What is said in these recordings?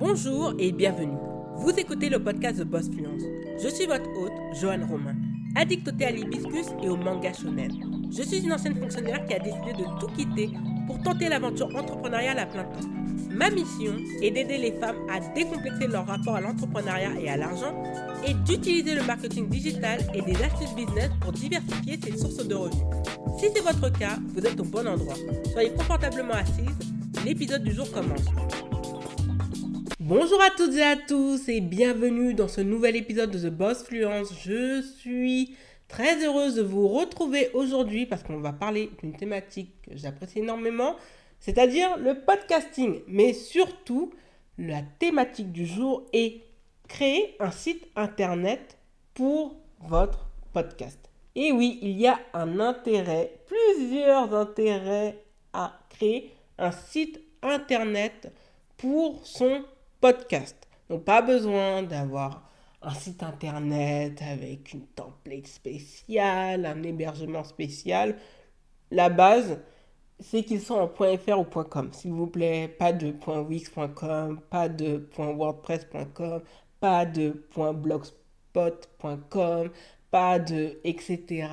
Bonjour et bienvenue. Vous écoutez le podcast de Boss Fluence. Je suis votre hôte, Joanne Romain, addict au thé à l'hibiscus et au manga shonen. Je suis une ancienne fonctionnaire qui a décidé de tout quitter pour tenter l'aventure entrepreneuriale à plein temps. Ma mission est d'aider les femmes à décomplexer leur rapport à l'entrepreneuriat et à l'argent et d'utiliser le marketing digital et des astuces business pour diversifier ses sources de revenus. Si c'est votre cas, vous êtes au bon endroit. Soyez confortablement assise, l'épisode du jour commence. Bonjour à toutes et à tous et bienvenue dans ce nouvel épisode de The Boss Fluence. Je suis très heureuse de vous retrouver aujourd'hui parce qu'on va parler d'une thématique que j'apprécie énormément, c'est-à-dire le podcasting. Mais surtout, la thématique du jour est créer un site internet pour votre podcast. Et oui, il y a un intérêt, plusieurs intérêts à créer un site internet pour son podcast. Donc pas besoin d'avoir un site internet avec une template spéciale, un hébergement spécial. La base, c'est qu'ils sont en .fr ou .com. S'il vous plaît, pas de .wix.com, pas de .wordpress.com, pas de .blogspot.com, pas de etc.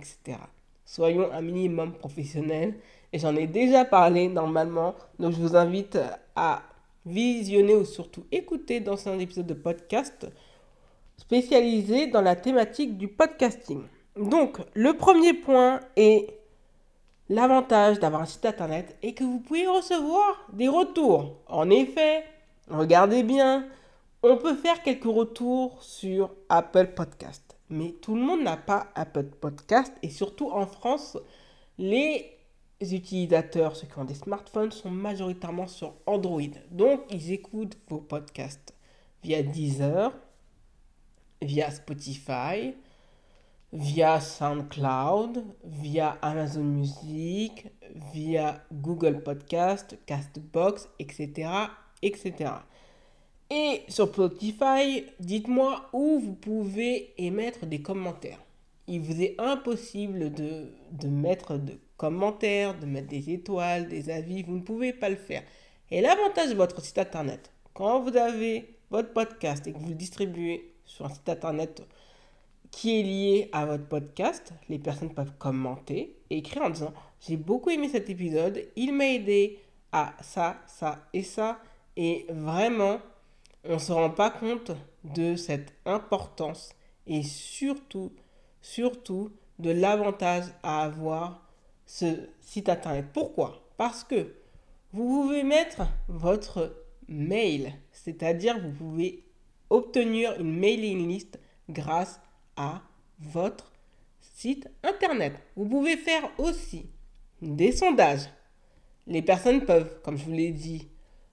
Soyons un minimum professionnels. Et j'en ai déjà parlé normalement. Donc je vous invite à visionner ou surtout écouter dans un épisode de podcast spécialisé dans la thématique du podcasting. Donc, le premier point est l'avantage d'avoir un site internet et que vous pouvez recevoir des retours. En effet, regardez bien, on peut faire quelques retours sur Apple Podcast. Mais tout le monde n'a pas Apple Podcast et surtout en France, les utilisateurs, ceux qui ont des smartphones, sont majoritairement sur Android. Donc, ils écoutent vos podcasts via Deezer, via Spotify, via SoundCloud, via Amazon Music, via Google Podcast, Castbox, etc., etc. Et sur Spotify, dites-moi où vous pouvez émettre des commentaires. Il vous est impossible de mettre de commentaires, de mettre des étoiles, des avis, vous ne pouvez pas le faire. Et l'avantage de votre site internet, quand vous avez votre podcast et que vous le distribuez sur un site internet qui est lié à votre podcast, les personnes peuvent commenter et écrire en disant « J'ai beaucoup aimé cet épisode, il m'a aidé à ça, ça et ça. » Et vraiment, on ne se rend pas compte de cette importance et surtout de l'avantage à avoir ce site internet. Pourquoi ? Parce que vous pouvez mettre votre mail, c'est-à-dire vous pouvez obtenir une mailing list grâce à votre site internet. Vous pouvez faire aussi des sondages. Les personnes peuvent, comme je vous l'ai dit,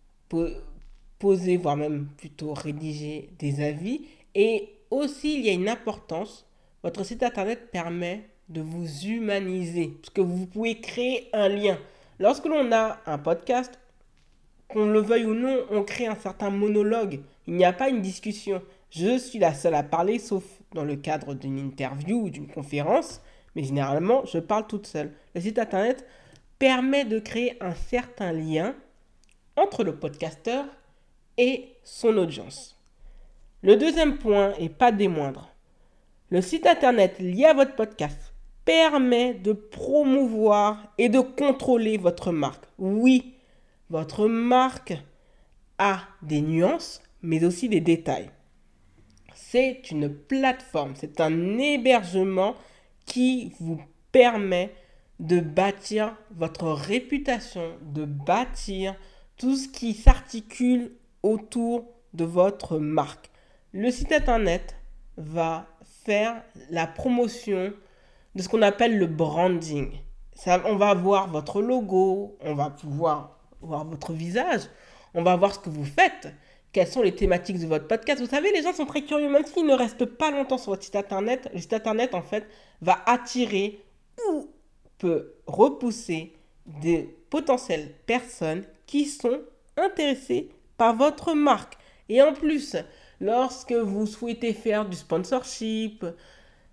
poser, voire même plutôt rédiger des avis. Et aussi, il y a une importance. Votre site internet permet de vous humaniser, parce que vous pouvez créer un lien. Lorsque l'on a un podcast, qu'on le veuille ou non, on crée un certain monologue. Il n'y a pas une discussion. Je suis la seule à parler, sauf dans le cadre d'une interview ou d'une conférence, mais généralement, je parle toute seule. Le site internet permet de créer un certain lien entre le podcasteur et son audience. Le deuxième point, et pas des moindres, le site internet lié à votre podcast permet de promouvoir et de contrôler votre marque. Oui, votre marque a des nuances, mais aussi des détails. C'est une plateforme, c'est un hébergement qui vous permet de bâtir votre réputation, de bâtir tout ce qui s'articule autour de votre marque. Le site internet va faire la promotion de ce qu'on appelle le branding. On va voir votre logo, on va pouvoir voir votre visage, on va voir ce que vous faites, quelles sont les thématiques de votre podcast. Vous savez, les gens sont très curieux, même s'ils ne restent pas longtemps sur votre site internet. Le site internet, en fait, va attirer ou peut repousser des potentielles personnes qui sont intéressées par votre marque. Et en plus, lorsque vous souhaitez faire du sponsorship,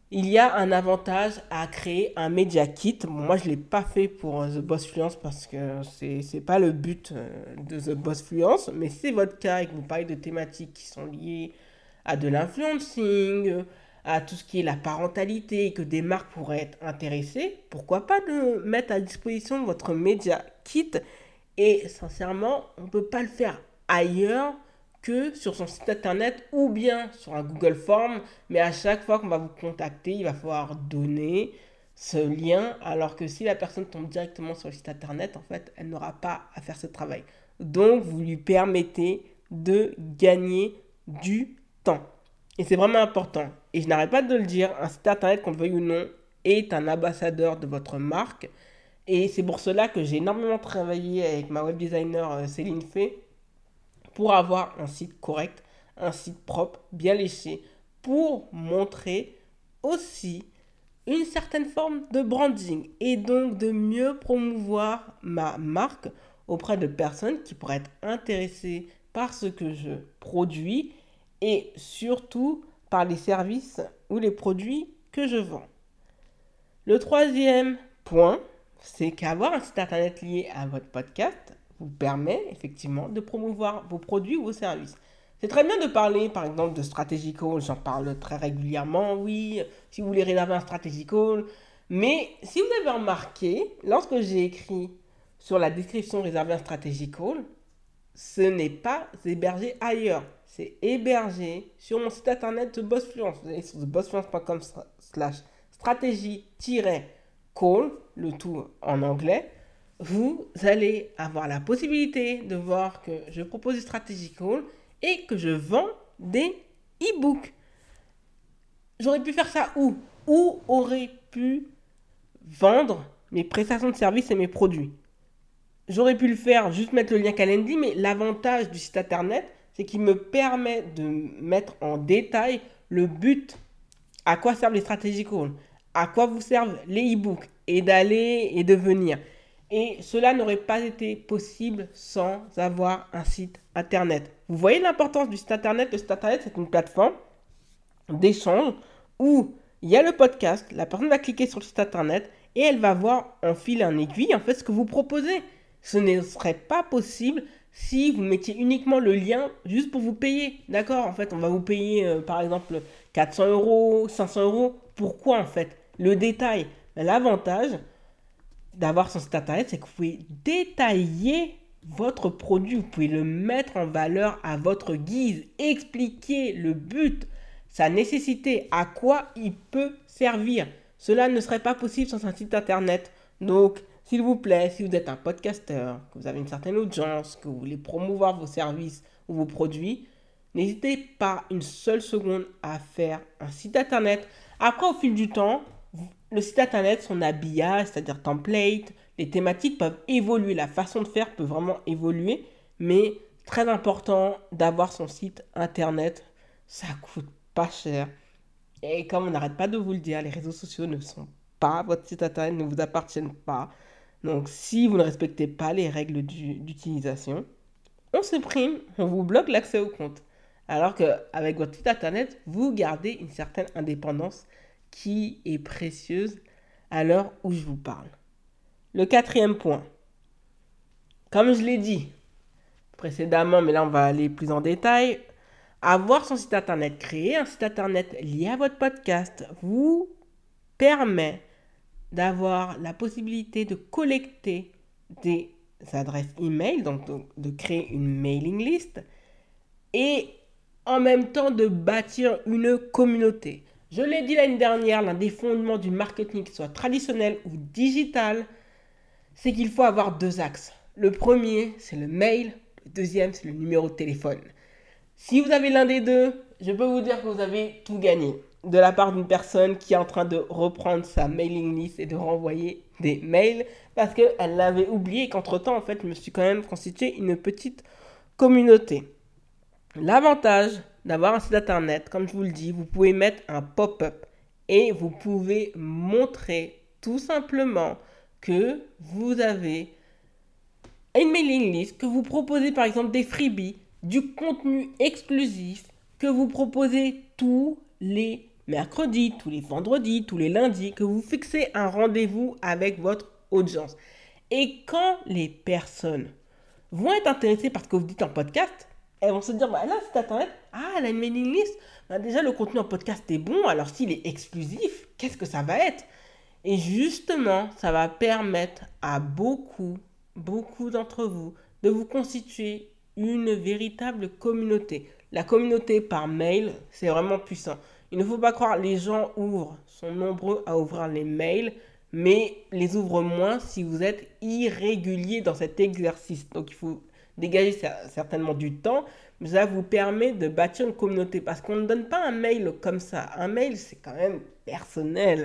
il y a un avantage à créer un Media Kit. Bon, moi, je ne l'ai pas fait pour The Boss Fluence parce que c'est pas le but de The Boss Fluence. Mais si c'est votre cas et que vous parlez de thématiques qui sont liées à de l'influencing, à tout ce qui est la parentalité et que des marques pourraient être intéressées, pourquoi pas de mettre à disposition votre Media Kit. Et sincèrement, on ne peut pas le faire ailleurs que sur son site internet ou bien sur un Google Form. Mais à chaque fois qu'on va vous contacter, il va falloir donner ce lien. Alors que si la personne tombe directement sur le site internet, en fait, elle n'aura pas à faire ce travail. Donc, vous lui permettez de gagner du temps. Et c'est vraiment important. Et je n'arrête pas de le dire, un site internet, qu'on le veuille ou non, est un ambassadeur de votre marque. Et c'est pour cela que j'ai énormément travaillé avec ma web designer Céline Fay pour avoir un site correct, un site propre, bien léché, pour montrer aussi une certaine forme de branding et donc de mieux promouvoir ma marque auprès de personnes qui pourraient être intéressées par ce que je produis et surtout par les services ou les produits que je vends. Le troisième point, c'est qu'avoir un site internet lié à votre podcast vous permet effectivement de promouvoir vos produits ou vos services. C'est très bien de parler, par exemple, de strategy call. J'en parle très régulièrement, oui, si vous voulez réserver un strategy call. Mais si vous avez remarqué, lorsque j'ai écrit sur la description réserver un strategy call, ce n'est pas hébergé ailleurs. C'est hébergé sur mon site internet de Bossfluence. Vous allez sur bossfluence.com/stratégie-call, le tout en anglais. Vous allez avoir la possibilité de voir que je propose des stratégies call et que je vends des e-books. J'aurais pu faire ça où? Où aurait pu vendre mes prestations de services et mes produits? J'aurais pu le faire, juste mettre le lien Calendly, mais l'avantage du site internet, c'est qu'il me permet de mettre en détail le but, à quoi servent les stratégies calls, à quoi vous servent les e-books, et d'aller et de venir. Et cela n'aurait pas été possible sans avoir un site internet. Vous voyez l'importance du site internet? Le site internet, c'est une plateforme d'échange où il y a le podcast, la personne va cliquer sur le site internet et elle va voir en fil en aiguille en fait ce que vous proposez. Ce ne serait pas possible si vous mettiez uniquement le lien juste pour vous payer. D'accord? En fait, on va vous payer par exemple 400 euros, 500 euros. Pourquoi en fait? Le détail. L'avantage d'avoir son site internet, c'est que vous pouvez détailler votre produit, vous pouvez le mettre en valeur à votre guise, expliquer le but, sa nécessité, à quoi il peut servir. Cela ne serait pas possible sans un site internet. Donc, s'il vous plaît, si vous êtes un podcasteur, que vous avez une certaine audience, que vous voulez promouvoir vos services ou vos produits, n'hésitez pas une seule seconde à faire un site internet. Après, au fil du temps, le site internet, son habillage, c'est-à-dire template, les thématiques peuvent évoluer, la façon de faire peut vraiment évoluer, mais très important d'avoir son site internet, ça coûte pas cher. Et comme on n'arrête pas de vous le dire, les réseaux sociaux ne sont pas, votre site internet ne vous appartiennent pas. Donc si vous ne respectez pas les règles d'utilisation, on supprime, on vous bloque l'accès au compte. Alors qu'avec votre site internet, vous gardez une certaine indépendance qui est précieuse à l'heure où je vous parle. Le quatrième point, comme je l'ai dit précédemment, mais là on va aller plus en détail, avoir son site internet, créer un site internet lié à votre podcast vous permet d'avoir la possibilité de collecter des adresses email, donc de créer une mailing list et en même temps de bâtir une communauté. Je l'ai dit l'année dernière, l'un des fondements du marketing, que ce soit traditionnel ou digital, c'est qu'il faut avoir deux axes. Le premier, c'est le mail. Le deuxième, c'est le numéro de téléphone. Si vous avez l'un des deux, je peux vous dire que vous avez tout gagné. De la part d'une personne qui est en train de reprendre sa mailing list et de renvoyer des mails parce qu'elle l'avait oublié et qu'entre-temps, en fait, je me suis quand même constitué une petite communauté. L'avantage d'avoir un site internet, comme je vous le dis, vous pouvez mettre un pop-up et vous pouvez montrer tout simplement que vous avez une mailing list, que vous proposez par exemple des freebies, du contenu exclusif, que vous proposez tous les mercredis, tous les vendredis, tous les lundis, que vous fixez un rendez-vous avec votre audience. Et quand les personnes vont être intéressées par ce que vous dites en podcast, elles vont se dire, bah là, c'est Internet, elle a une mailing list. Bah, déjà, le contenu en podcast est bon, alors s'il est exclusif, qu'est-ce que ça va être? Et justement, ça va permettre à beaucoup d'entre vous de vous constituer une véritable communauté. La communauté par mail, c'est vraiment puissant. Il ne faut pas croire, les gens sont nombreux à ouvrir les mails, mais les ouvrent moins si vous êtes irrégulier dans cet exercice. Donc il faut dégager certainement du temps, mais ça vous permet de bâtir une communauté. Parce qu'on ne donne pas un mail comme ça. Un mail, c'est quand même personnel.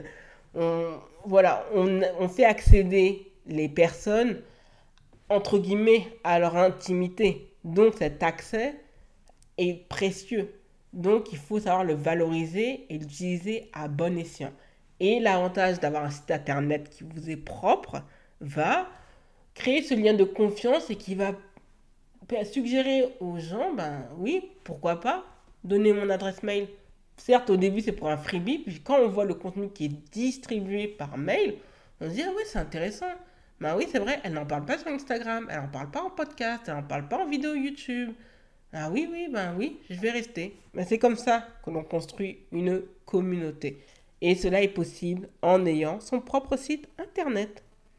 On fait accéder les personnes, entre guillemets, à leur intimité. Donc cet accès est précieux. Donc il faut savoir le valoriser et l'utiliser à bon escient. Et l'avantage d'avoir un site internet qui vous est propre va créer ce lien de confiance et qui va suggérer aux gens, ben oui, pourquoi pas, donner mon adresse mail. Certes, au début, c'est pour un freebie, puis quand on voit le contenu qui est distribué par mail, on se dit, ah ouais, c'est intéressant. Ben oui, c'est vrai, elle n'en parle pas sur Instagram, elle n'en parle pas en podcast, elle n'en parle pas en vidéo YouTube. Ah oui, ben oui, je vais rester. Mais c'est comme ça que l'on construit une communauté. Et cela est possible en ayant son propre site internet.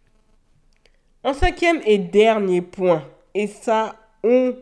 En cinquième et dernier point, et ça, on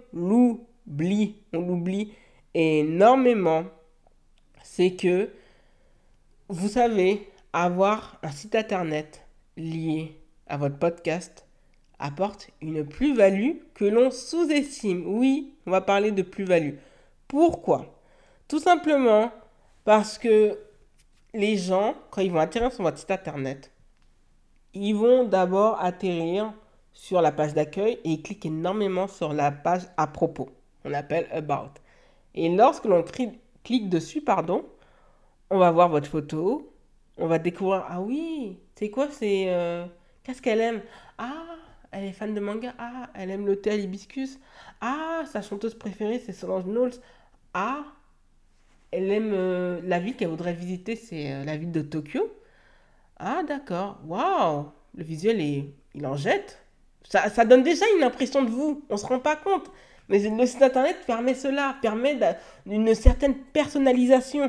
l'oublie énormément, c'est que, vous savez, avoir un site internet lié à votre podcast apporte une plus-value que l'on sous-estime. Oui, on va parler de plus-value. Pourquoi? Tout simplement parce que les gens, quand ils vont atterrir sur votre site internet, ils vont d'abord atterrir sur la page d'accueil et ils cliquent énormément sur la page à propos. On appelle About. Et lorsque l'on clique dessus, on va voir votre photo. On va découvrir, ah oui, c'est quoi, qu'est-ce qu'elle aime? Ah, elle est fan de manga. Ah, elle aime le thé à l'hibiscus. Ah, sa chanteuse préférée, c'est Solange Knowles. Ah, elle aime la ville qu'elle voudrait visiter, c'est la ville de Tokyo. Ah, d'accord. Waouh, le visuel, il en jette. Ça donne déjà une impression de vous. On ne se rend pas compte. Mais le site internet permet cela, permet une certaine personnalisation.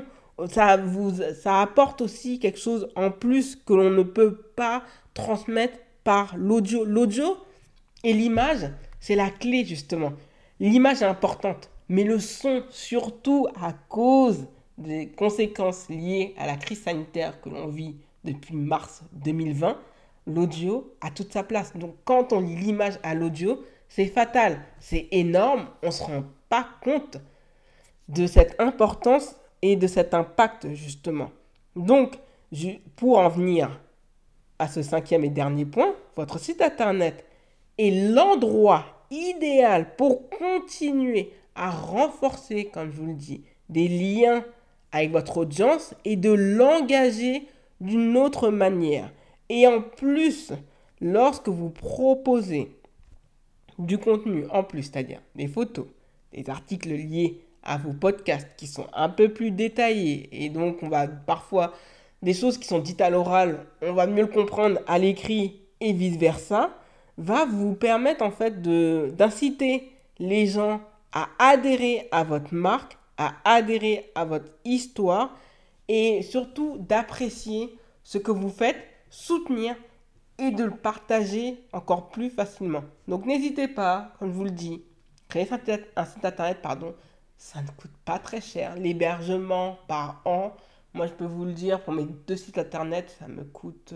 Ça apporte aussi quelque chose en plus que l'on ne peut pas transmettre par l'audio. L'audio et l'image, c'est la clé justement. L'image est importante, mais le son, surtout à cause des conséquences liées à la crise sanitaire que l'on vit depuis mars 2020, l'audio a toute sa place. Donc quand on lit l'image à l'audio, c'est fatal, c'est énorme, on ne se rend pas compte de cette importance et de cet impact justement. Donc, pour en venir à ce cinquième et dernier point, votre site internet est l'endroit idéal pour continuer à renforcer, comme je vous le dis, des liens avec votre audience et de l'engager d'une autre manière. Et en plus, lorsque vous proposez du contenu en plus, c'est-à-dire des photos, des articles liés à vos podcasts qui sont un peu plus détaillés et donc on va parfois des choses qui sont dites à l'oral, on va mieux le comprendre à l'écrit et vice-versa, va vous permettre en fait d'inciter les gens à adhérer à votre marque, à adhérer à votre histoire et surtout d'apprécier ce que vous faites, soutenir et de le partager encore plus facilement. Donc n'hésitez pas, comme je vous le dis, créer un site internet, ça ne coûte pas très cher. L'hébergement par an, moi je peux vous le dire, pour mes 2 sites internet, ça me coûte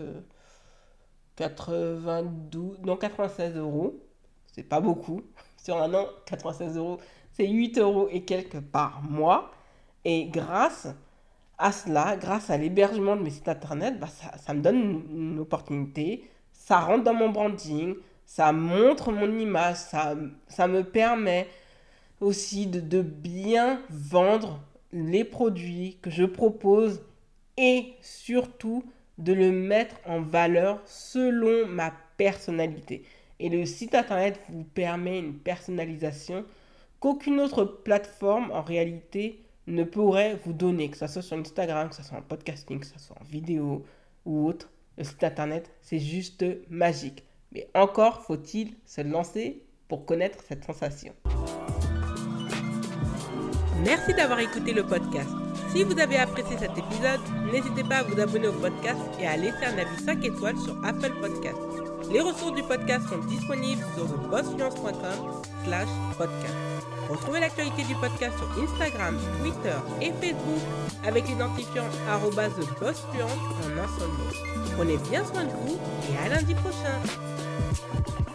96 euros. C'est pas beaucoup. Sur un an, 96 euros, c'est 8 euros et quelques par mois. Et grâce à cela, grâce à l'hébergement de mes sites internet, ça me donne une opportunité, ça rentre dans mon branding, ça montre mon image, ça me permet aussi de bien vendre les produits que je propose et surtout de le mettre en valeur selon ma personnalité. Et le site internet vous permet une personnalisation qu'aucune autre plateforme en réalité ne pourrait vous donner, que ce soit sur Instagram, que ce soit en podcasting, que ce soit en vidéo ou autre, le site internet, c'est juste magique. Mais encore faut-il se lancer pour connaître cette sensation. Merci d'avoir écouté le podcast. Si vous avez apprécié cet épisode, n'hésitez pas à vous abonner au podcast et à laisser un avis 5 étoiles sur Apple Podcast. Les ressources du podcast sont disponibles sur thebossfluence.com/podcast. Retrouvez l'actualité du podcast sur Instagram, Twitter et Facebook avec l'identifiant @thebossfluence en un seul mot. Prenez bien soin de vous et à lundi prochain.